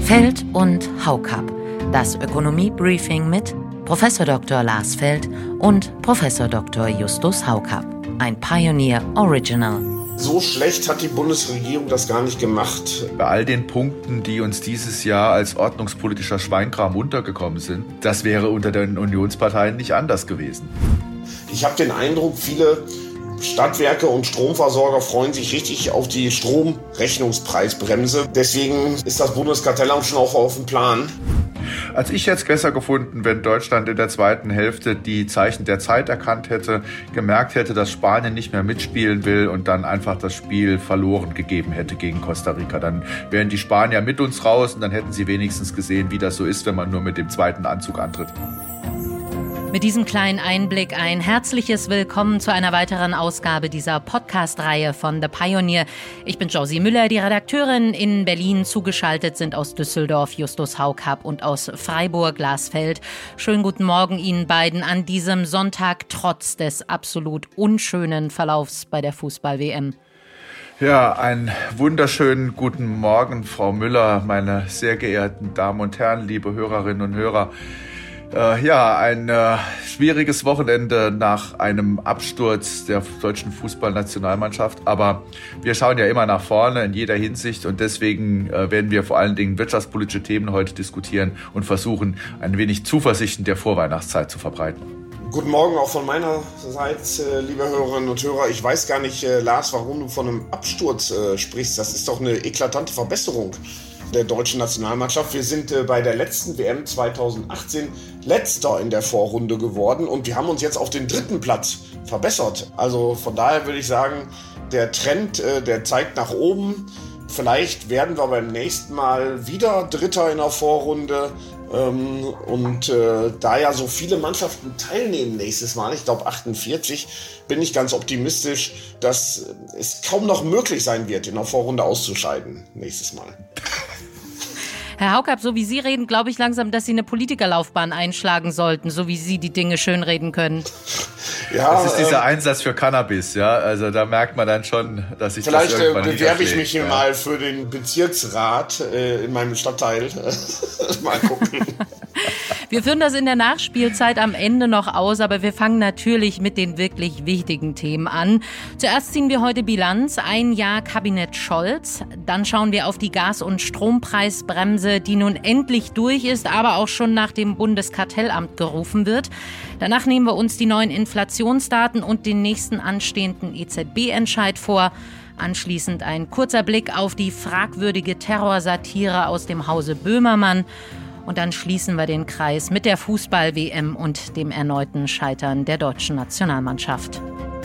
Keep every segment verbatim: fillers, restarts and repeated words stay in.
Feld und Haukapp. Das Ökonomie-Briefing mit Professor Doktor Lars Feld und Professor Doktor Justus Haukapp. Ein Pioneer Original. So schlecht hat die Bundesregierung das gar nicht gemacht. Bei all den Punkten, die uns dieses Jahr als ordnungspolitischer Schweinkram untergekommen sind, das wäre unter den Unionsparteien nicht anders gewesen. Ich habe den Eindruck, viele Stadtwerke und Stromversorger freuen sich richtig auf die Stromrechnungspreisbremse. Deswegen ist das Bundeskartellamt schon auch auf dem Plan. Also ich hätte es besser gefunden, wenn Deutschland in der zweiten Hälfte die Zeichen der Zeit erkannt hätte, gemerkt hätte, dass Spanien nicht mehr mitspielen will und dann einfach das Spiel verloren gegeben hätte gegen Costa Rica. Dann wären die Spanier mit uns raus und dann hätten sie wenigstens gesehen, wie das so ist, wenn man nur mit dem zweiten Anzug antritt. Mit diesem kleinen Einblick ein herzliches Willkommen zu einer weiteren Ausgabe dieser Podcast-Reihe von The Pioneer. Ich bin Josie Müller, die Redakteurin in Berlin. Zugeschaltet sind aus Düsseldorf Justus Haukapp und aus Freiburg Lars Feld. Schönen guten Morgen Ihnen beiden an diesem Sonntag, trotz des absolut unschönen Verlaufs bei der Fußball-W M. Ja, einen wunderschönen guten Morgen, Frau Müller, meine sehr geehrten Damen und Herren, liebe Hörerinnen und Hörer. Äh, ja, ein äh, schwieriges Wochenende nach einem Absturz der deutschen Fußballnationalmannschaft. Aber wir schauen ja immer nach vorne in jeder Hinsicht und deswegen äh, werden wir vor allen Dingen wirtschaftspolitische Themen heute diskutieren und versuchen, ein wenig Zuversicht in der Vorweihnachtszeit zu verbreiten. Guten Morgen auch von meiner Seite, liebe Hörerinnen und Hörer. Ich weiß gar nicht, äh, Lars, warum du von einem Absturz äh, sprichst. Das ist doch eine eklatante Verbesserung der deutschen Nationalmannschaft. Wir sind äh, bei der letzten W M zweitausendachtzehn letzter in der Vorrunde geworden und wir haben uns jetzt auf den dritten Platz verbessert. Also von daher würde ich sagen, der Trend, äh, der zeigt nach oben. Vielleicht werden wir beim nächsten Mal wieder Dritter in der Vorrunde. Ähm, und äh, da ja so viele Mannschaften teilnehmen nächstes Mal, ich glaube achtundvierzig, bin ich ganz optimistisch, dass es kaum noch möglich sein wird, in der Vorrunde auszuscheiden nächstes Mal. Herr Haukapp, so wie Sie reden, glaube ich langsam, dass Sie eine Politikerlaufbahn einschlagen sollten, so wie Sie die Dinge schönreden können. Ja, das ist dieser ähm, Einsatz für Cannabis, ja. Also da merkt man dann schon, dass ich vielleicht das irgendwann äh, bewerbe ich mich hier ja. mal für den Bezirksrat äh, in meinem Stadtteil. Mal gucken. Wir führen das in der Nachspielzeit am Ende noch aus, aber wir fangen natürlich mit den wirklich wichtigen Themen an. Zuerst ziehen wir heute Bilanz, ein Jahr Kabinett Scholz. Dann schauen wir auf die Gas- und Strompreisbremse, die nun endlich durch ist, aber auch schon nach dem Bundeskartellamt gerufen wird. Danach nehmen wir uns die neuen Inflationsdaten und den nächsten anstehenden E Z B-Entscheid vor. Anschließend ein kurzer Blick auf die fragwürdige Terrorsatire aus dem Hause Böhmermann. Und dann schließen wir den Kreis mit der Fußball-W M und dem erneuten Scheitern der deutschen Nationalmannschaft.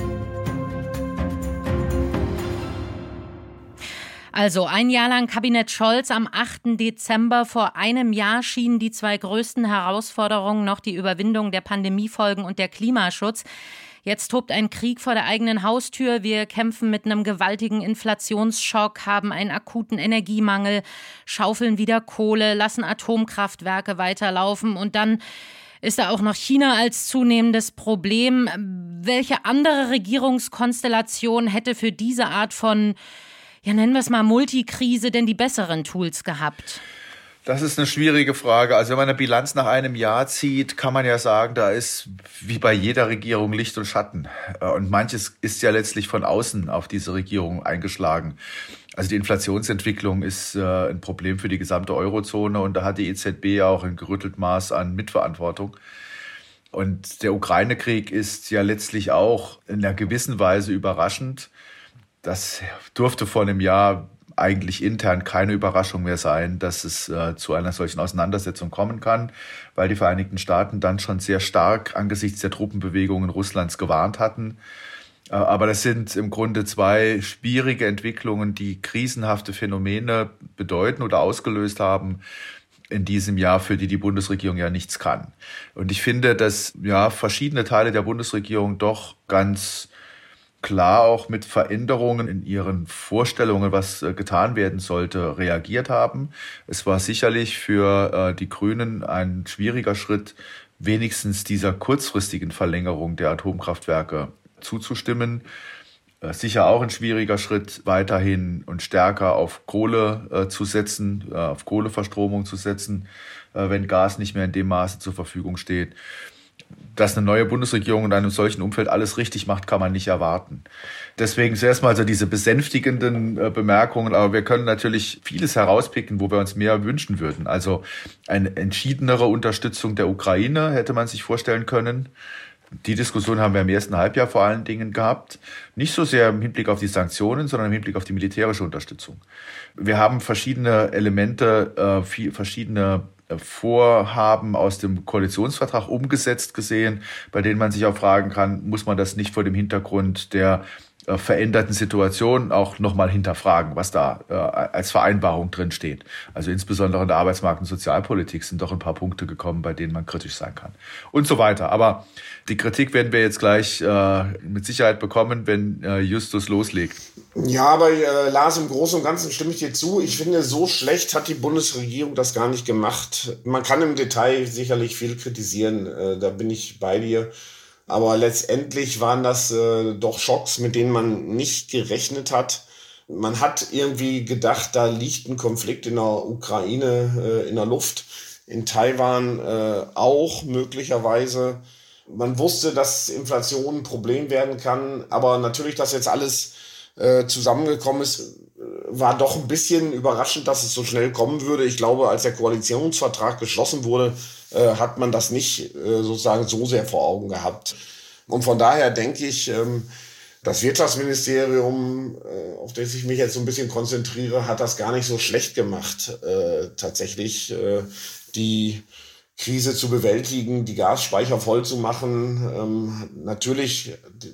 Also ein Jahr lang Kabinett Scholz. Am achten Dezember vor einem Jahr schienen die zwei größten Herausforderungen noch die Überwindung der Pandemiefolgen und der Klimaschutz. Jetzt tobt ein Krieg vor der eigenen Haustür. Wir kämpfen mit einem gewaltigen Inflationsschock, haben einen akuten Energiemangel, schaufeln wieder Kohle, lassen Atomkraftwerke weiterlaufen und dann ist da auch noch China als zunehmendes Problem. Welche andere Regierungskonstellation hätte für diese Art von, ja nennen wir es mal Multikrise, denn die besseren Tools gehabt? Das ist eine schwierige Frage. Also wenn man eine Bilanz nach einem Jahr zieht, kann man ja sagen, da ist wie bei jeder Regierung Licht und Schatten. Und manches ist ja letztlich von außen auf diese Regierung eingeschlagen. Also die Inflationsentwicklung ist äh, ein Problem für die gesamte Eurozone und da hat die E Z B ja auch ein gerüttelt Maß an Mitverantwortung. Und der Ukraine-Krieg ist ja letztlich auch in einer gewissen Weise überraschend. Das durfte vor einem Jahr eigentlich intern keine Überraschung mehr sein, dass es äh, zu einer solchen Auseinandersetzung kommen kann, weil die Vereinigten Staaten dann schon sehr stark angesichts der Truppenbewegungen Russlands gewarnt hatten. Äh, aber das sind im Grunde zwei schwierige Entwicklungen, die krisenhafte Phänomene bedeuten oder ausgelöst haben in diesem Jahr, für die die Bundesregierung ja nichts kann. Und ich finde, dass ja verschiedene Teile der Bundesregierung doch ganz klar auch mit Veränderungen in ihren Vorstellungen, was äh, getan werden sollte, reagiert haben. Es war sicherlich für äh, die Grünen ein schwieriger Schritt, wenigstens dieser kurzfristigen Verlängerung der Atomkraftwerke zuzustimmen. Sicher auch ein schwieriger Schritt, weiterhin und stärker auf Kohle äh, zu setzen, äh, auf Kohleverstromung zu setzen, äh, wenn Gas nicht mehr in dem Maße zur Verfügung steht. Dass eine neue Bundesregierung in einem solchen Umfeld alles richtig macht, kann man nicht erwarten. Deswegen zuerst mal so diese besänftigenden äh, Bemerkungen, aber wir können natürlich vieles herauspicken, wo wir uns mehr wünschen würden. Also eine entschiedenere Unterstützung der Ukraine hätte man sich vorstellen können. Die Diskussion haben wir im ersten Halbjahr vor allen Dingen gehabt. Nicht so sehr im Hinblick auf die Sanktionen, sondern im Hinblick auf die militärische Unterstützung. Wir haben verschiedene Elemente, äh, viel, verschiedene Vorhaben aus dem Koalitionsvertrag umgesetzt gesehen, bei denen man sich auch fragen kann, muss man das nicht vor dem Hintergrund der äh, veränderten Situation auch nochmal hinterfragen, was da äh, als Vereinbarung drin steht. Also insbesondere in der Arbeitsmarkt- und Sozialpolitik sind doch ein paar Punkte gekommen, bei denen man kritisch sein kann und so weiter. Aber die Kritik werden wir jetzt gleich äh, mit Sicherheit bekommen, wenn äh, Justus loslegt. Ja, aber äh, Lars, im Großen und Ganzen stimme ich dir zu. Ich finde, so schlecht hat die Bundesregierung das gar nicht gemacht. Man kann im Detail sicherlich viel kritisieren, äh, da bin ich bei dir. Aber letztendlich waren das äh, doch Schocks, mit denen man nicht gerechnet hat. Man hat irgendwie gedacht, da liegt ein Konflikt in der Ukraine äh, in der Luft, in Taiwan äh, auch möglicherweise. Man wusste, dass Inflation ein Problem werden kann, aber natürlich, dass jetzt alles äh, zusammengekommen ist, war doch ein bisschen überraschend, dass es so schnell kommen würde. Ich glaube, als der Koalitionsvertrag geschlossen wurde, äh, hat man das nicht äh, sozusagen so sehr vor Augen gehabt. Und von daher denke ich, ähm, das Wirtschaftsministerium, äh, auf das ich mich jetzt so ein bisschen konzentriere, hat das gar nicht so schlecht gemacht, äh, tatsächlich äh, die Krise zu bewältigen, die Gasspeicher voll zu machen. Ähm, natürlich, die,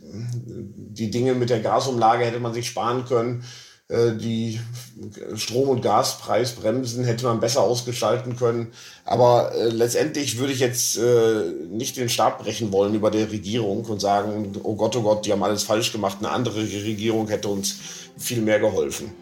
die Dinge mit der Gasumlage hätte man sich sparen können. Äh, die Strom- und Gaspreisbremsen hätte man besser ausgestalten können. Aber äh, letztendlich würde ich jetzt äh, nicht den Stab brechen wollen über der Regierung und sagen, oh Gott, oh Gott, die haben alles falsch gemacht. Eine andere Regierung hätte uns viel mehr geholfen.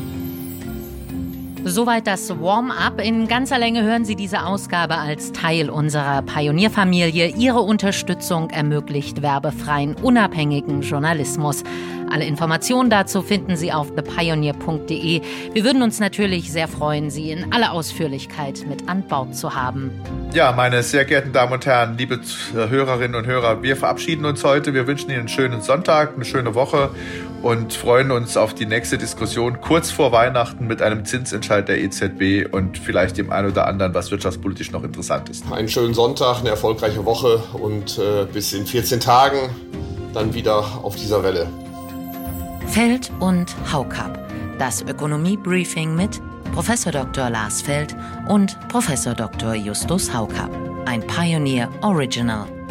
Soweit das Warm-up. In ganzer Länge hören Sie diese Ausgabe als Teil unserer Pionierfamilie. Ihre Unterstützung ermöglicht werbefreien, unabhängigen Journalismus. Alle Informationen dazu finden Sie auf the pioneer punkt de. Wir würden uns natürlich sehr freuen, Sie in aller Ausführlichkeit mit an Bord zu haben. Ja, meine sehr geehrten Damen und Herren, liebe Hörerinnen und Hörer, wir verabschieden uns heute. Wir wünschen Ihnen einen schönen Sonntag, eine schöne Woche und freuen uns auf die nächste Diskussion kurz vor Weihnachten mit einem Zinsentscheid der E Z B und vielleicht dem einen oder anderen, was wirtschaftspolitisch noch interessant ist. Einen schönen Sonntag, eine erfolgreiche Woche und äh, bis in vierzehn Tagen dann wieder auf dieser Welle. Feld und Haukapp. Das Ökonomie-Briefing mit Professor Doktor Lars Feld und Professor Doktor Justus Haukapp. Ein Pioneer Original.